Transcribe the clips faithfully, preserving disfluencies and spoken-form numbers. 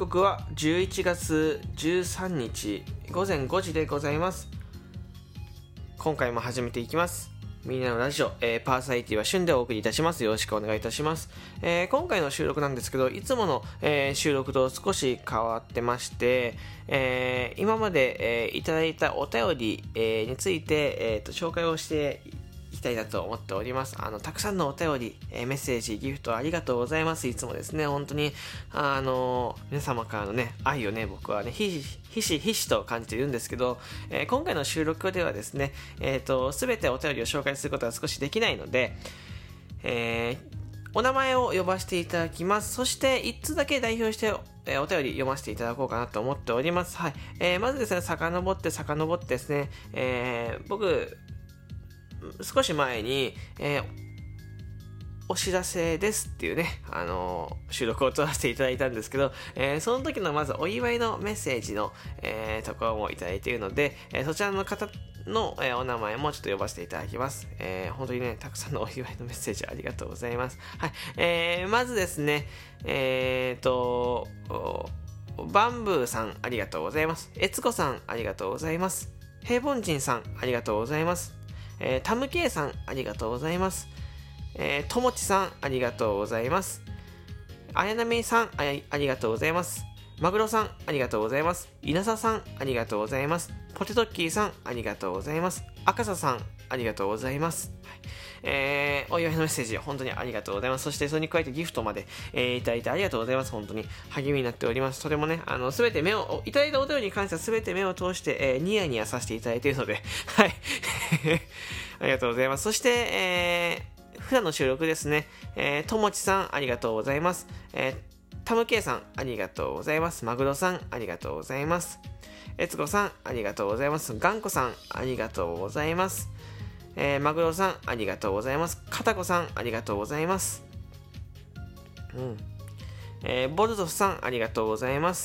刻はじゅういちがつじゅうさんにちごぜんごじでございます。今回も始めていきます。みんなのラジオ、えー、パーソナリティは旬でお送りいたします。よろしくお願いいたします。えー、今回の収録なんですけど、いつもの、えー、収録と少し変わってまして、えー、今まで、えー、いただいたお便り、えー、について、えーと、紹介をしていきたいなと思っております。あのたくさんのお便り、えー、メッセージ、ギフトありがとうございます。いつもですね、本当にあのー、皆様からのね愛をね僕はねひしひしひしと感じているんですけど、えー、今回の収録ではですね、えーと全てお便りを紹介することは少しできないので、えーお名前を呼ばせていただきます。そしていっつだけ代表して、えー、お便り読ませていただこうかなと思っております。はい。えー、まずですね、遡って遡ってですね、えー、僕少し前に、えー、お知らせですっていうね、あのー、収録を撮らせていただいたんですけど、えー、その時のまずお祝いのメッセージの、えー、ところもいただいているので、えー、そちらの方の、えー、お名前もちょっと呼ばせていただきます。えー、本当にね、たくさんのお祝いのメッセージありがとうございます。はい。えー、まずですね、えーと、バンブーさんありがとうございます。えつこさんありがとうございます。平凡人さんありがとうございます。えー、タムケイさんありがとうございます。えー、ともちさんありがとうございます。あやなめさん あ, ありがとうございます。まぐろさんありがとうございます。いなささんありがとうございます。ポテトッキーさんありがとうございます。あかささんありがとうございます。はい、えー、お祝いのメッセージ本当にありがとうございます。そしてそれに加えてギフトまで、えー、いただいてありがとうございます。本当に励みになっております。それもね、あのすべて目をいただいたお便りに関してはすべて目を通して、えー、ニヤニヤさせていただいているのではいありがとうございます。そして、えー普段の収録ですね、えー、ともちさんありがとうございます。えー、たむけいさんありがとうございます。まぐろさんありがとうございます。えつこさんありがとうございます。がんこさんありがとうございます。えー、まぐろさんありがとうございます。かたこさんありがとうございます。うんえー、ボルゾフさんありがとうございます。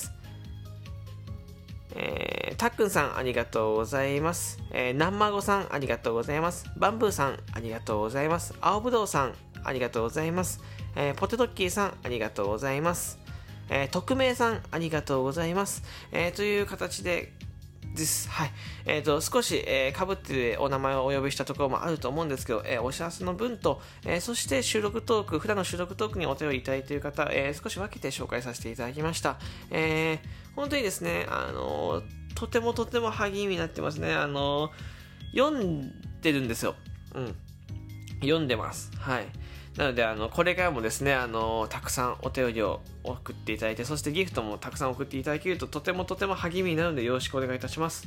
えー、たっくんさんありがとうございます。えー、なんまごさんありがとうございます。バンブーさんありがとうございます。青ぶどうさんありがとうございます。えー、ポテトッキーさんありがとうございます。えー、匿名さんありがとうございます。えー、という形でです。はい。えっ、ー、と、少し、えー、被ってお名前をお呼びしたところもあると思うんですけど、えー、お知らせの分と、えー、そして収録トーク、普段の収録トークにお便りいただいている方、えー、少し分けて紹介させていただきました。えー、本当にですね、あのー、とてもとても励みになってますね。あのー、読んでるんですよ。うん。読んでます。はい。なので、あの、これからもですね、あの、たくさんお便りを送っていただいて、そしてギフトもたくさん送っていただけると、とてもとても励みになるので、よろしくお願いいたします。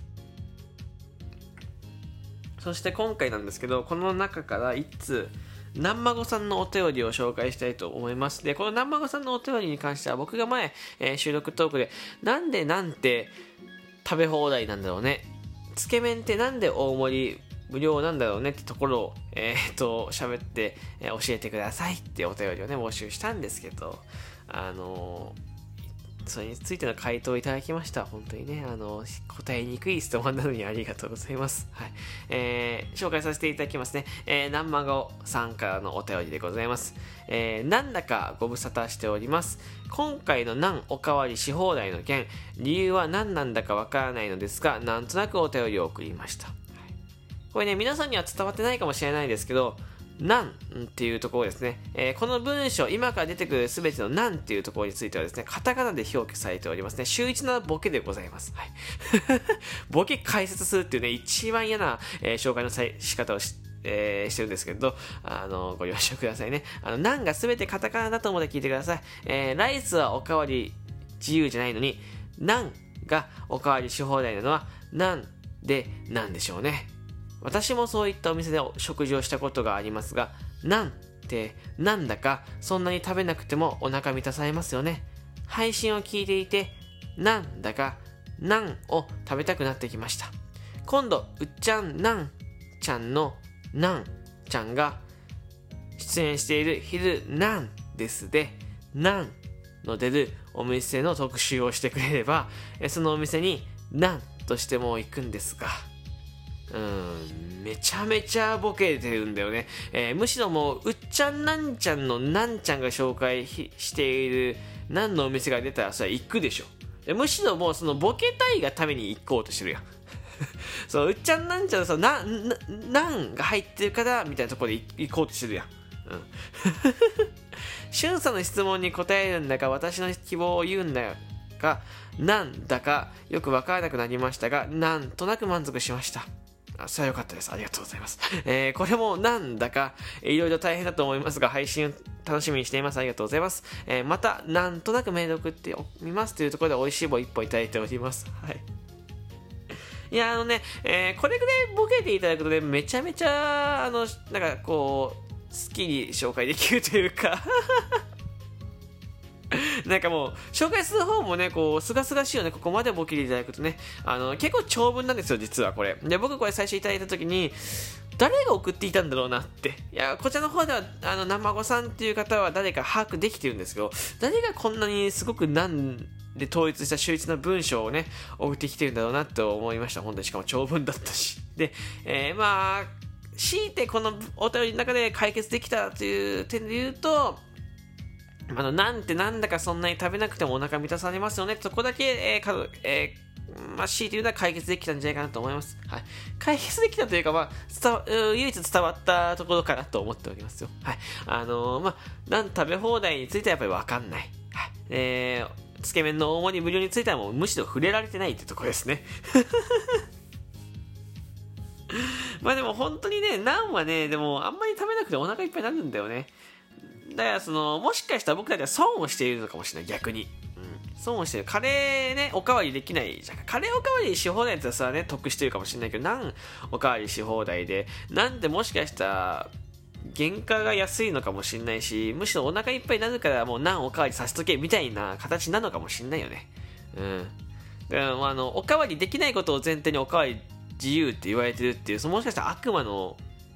そして今回なんですけど、この中からいっつ、なんまごさんのお便りを紹介したいと思います。で、このなんまごさんのお便りに関しては、僕が前、えー、収録トークで、なんでなんて食べ放題なんだろうね。つけ麺ってなんで大盛り無料なんだろうねってところを、えー、っと、喋って、えー、教えてくださいってお便りをね、募集したんですけど、あのー、それについての回答をいただきました。本当にね、あのー、答えにくい質問なのにありがとうございます。はい。えー、紹介させていただきますね。えー、なんまごさんからのお便りでございます。えー、なんだかご無沙汰しております。今回のなんおかわりし放題の件、理由は何なんだかわからないのですが、なんとなくお便りを送りました。これね、皆さんには伝わってないかもしれないですけど、なんっていうところですね、えー、この文章、今から出てくるすべてのなんっていうところについてはですね、カタカナで表記されておりますね。秀逸なボケでございます。はい、ボケ解説するっていうね、一番嫌な、えー、紹介の仕方をし、えー、してるんですけど、あの、ご了承くださいね。あの、なんがすべてカタカナだと思って聞いてください。えー、ライスはおかわり自由じゃないのに、なんがおかわりし放題なのは、なんでなんでしょうね。私もそういったお店で食事をしたことがありますが、なんってなんだかそんなに食べなくてもお腹満たされますよね。配信を聞いていて、なんだかなんを食べたくなってきました。今度、うっちゃんなんちゃんのなんちゃんが出演している昼なんですで、なんの出るお店の特集をしてくれれば、そのお店になんとしても行くんですが、うーん、めちゃめちゃボケてるんだよね。えー、むしろもう、うっちゃんなんちゃんのなんちゃんが紹介している何のお店が出たらそれ行くでしょ。でむしろもうそのボケたいがために行こうとしてるやんそううっちゃんなんちゃらさなななんが入ってるからみたいなところで行こうとしてるやん。うんしゅんさんの質問に答えるんだか私の希望を言うんだかなんだかよく分からなくなりましたが、なんとなく満足しました。あ、それは良かったです。ありがとうございます。えー、これもなんだかいろいろ大変だと思いますが、配信を楽しみにしています。ありがとうございます。えー、またなんとなくメール送ってみますというところで美味しい棒いっぽんいただいております。はい。いやあのね、えー、これぐらいボケていただくとね、めちゃめちゃあのなんかこう好きに紹介できるというかなんかもう紹介する方もねこうすがすがしいよね。ここまでボケていただくとね、あの結構長文なんですよ実はこれで。僕これ最初いただいた時に誰が送っていたんだろうなって、いやこちらの方ではあの生子さんっていう方は誰か把握できてるんですけど、誰がこんなにすごくなんで統一した秀逸な文章をね送ってきてるんだろうなと思いました。本当にしかも長文だったしで、えー、まあ強いてこのお便りの中で解決できたという点で言うと、あのなんてなんだかそんなに食べなくてもお腹満たされますよね。そこだけ、えーかえーまあ、強いて言うのは解決できたんじゃないかなと思います。はい、解決できたというか、まあ、伝わ唯一伝わったところかなと思っておりますよ。はい、あのー、まあ、なん食べ放題についてはやっぱり分かんない。はい、えー、つけ麺の大盛り無料についてはもうむしろ触れられてないってところですね。まあでも本当にね、ナンはね、でもあんまり食べなくてお腹いっぱいになるんだよね。だからそのもしかしたら僕たちは損をしているのかもしれない。逆に、うん、損をしてる。カレーねおかわりできないじゃん。カレーおかわりし放題ってやつはね得してるかもしれないけど、ナンおかわりし放題でなんてもしかしたら原価が安いのかもしれないし、むしろお腹いっぱいになるからもうナンおかわりさせとけみたいな形なのかもしれないよね。うん。だからあのおかわりできないことを前提におかわり自由って言われてるっていう、そのもしかしたら悪魔の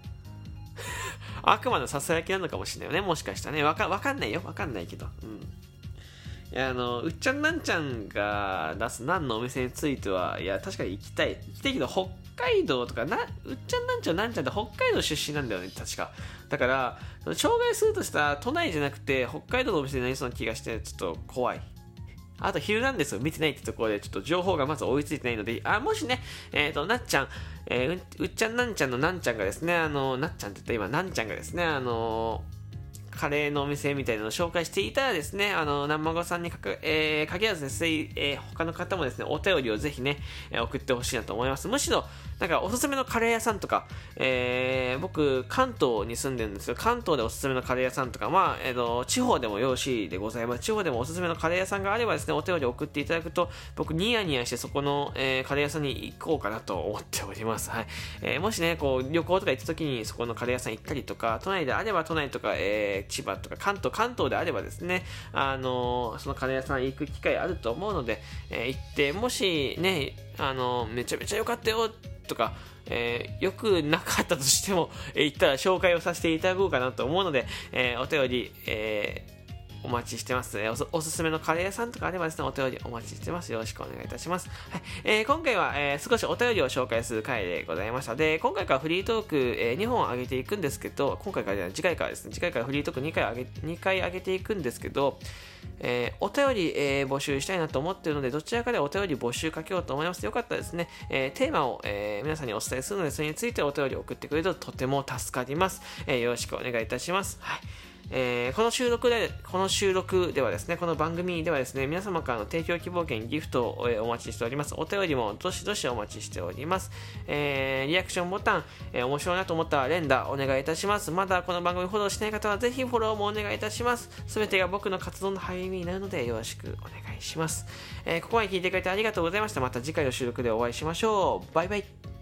悪魔のささやきなのかもしれないよね。もしかしたらね、わか、わかんないよ。わかんないけど。うん。いや、あの、うっちゃんなんちゃんが出すナンのお店については、いや、確かに行きたい。行きたいけど、北海道とか、な、うっちゃんなんちゃんなんちゃんって北海道出身なんだよね、確か。だから、障害するとしたら、都内じゃなくて、北海道のお店になりそうな気がして、ちょっと怖い。あと、ヒルナンデスを見てないってところで、ちょっと情報がまず追いついてないので、あ、もしね、えっ、ー、と、なっちゃん、えー、う, うっちゃんなんちゃんのなんちゃんがですね、あの、なっちゃんって言った今、なんちゃんがですね、あのカレーのお店みたいなのを紹介していたらですね、あの、生子さんにかか、えー、限らずですね、えー、他の方もですね、お便りをぜひね、えー、送ってほしいなと思います。むしろ、なんかおすすめのカレー屋さんとか、えー、僕、関東に住んでるんですけど、関東でおすすめのカレー屋さんとか、まあ、えーと、地方でもよろしいでございます。地方でもおすすめのカレー屋さんがあればですね、お便りを送っていただくと、僕、ニヤニヤしてそこの、えー、カレー屋さんに行こうかなと思っております。はい。えー、もしね、こう、旅行とか行った時に、そこのカレー屋さん行ったりとか、都内であれば都内とか、えー、千葉とか関東、関東であればですね、あのー、そのカレー屋さん行く機会あると思うので、えー、行って、もしね、あのー、めちゃめちゃ良かったよとか、えー、よくなかったとしても、えー、行ったら紹介をさせていただこうかなと思うので、えー、お便り、えーお待ちしてます、ね、お, おすすめのカレー屋さんとかあればですね、お便りお待ちしてます。よろしくお願いいたします。はい、えー、今回は、えー、少しお便りを紹介する回でございました。で、今回からフリートーク、えー、にほん上げていくんですけど、今回からじゃない、次回からですね、次回からフリートークにかい上げ、にかい上げていくんですけど、えー、お便り、えー、募集したいなと思っているので、どちらかでお便り募集かけようと思います。よかったですね、えー、テーマを、えー、皆さんにお伝えするので、それについてお便りを送ってくれるととても助かります。えー、よろしくお願いいたします。はい。えー、この収録で、この収録ではですね、この番組ではですね、皆様からの提供希望券、ギフトを、えー、お待ちしております。お便りもどしどしお待ちしております。えー、リアクションボタン、えー、面白いなと思ったら連打お願いいたします。まだこの番組フォローしない方はぜひフォローもお願いいたします。すべてが僕の活動の励みになるのでよろしくお願いします。えー、ここまで聞いてくれてありがとうございました。また次回の収録でお会いしましょう。バイバイ。